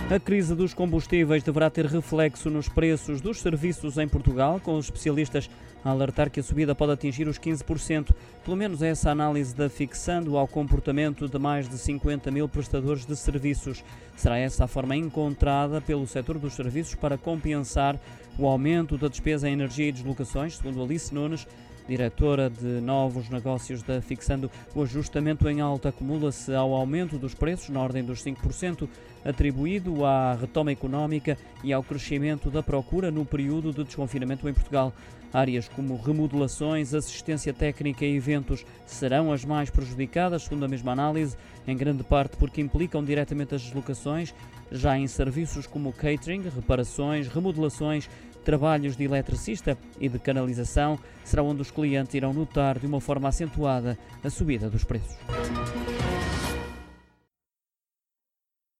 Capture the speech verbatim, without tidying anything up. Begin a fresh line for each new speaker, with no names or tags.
A crise dos combustíveis deverá ter reflexo nos preços dos serviços em Portugal, com os especialistas a alertar que a subida pode atingir os quinze por cento. Pelo menos é essa análise da Fixando ao comportamento de mais de cinquenta mil prestadores de serviços. Será essa a forma encontrada pelo setor dos serviços para compensar o aumento da despesa em energia e deslocações, segundo Alice Nunes, diretora de novos negócios da Fixando. O ajustamento em alta acumula-se ao aumento dos preços, na ordem dos cinco por cento, atribuído à retoma económica e ao crescimento da procura no período de desconfinamento em Portugal. Áreas como remodelações, assistência técnica e eventos serão as mais prejudicadas, segundo a mesma análise, em grande parte porque implicam diretamente as deslocações. Já em serviços como catering, reparações, remodelações, trabalhos de eletricista e de canalização, será onde os clientes irão notar de uma forma acentuada a subida dos preços.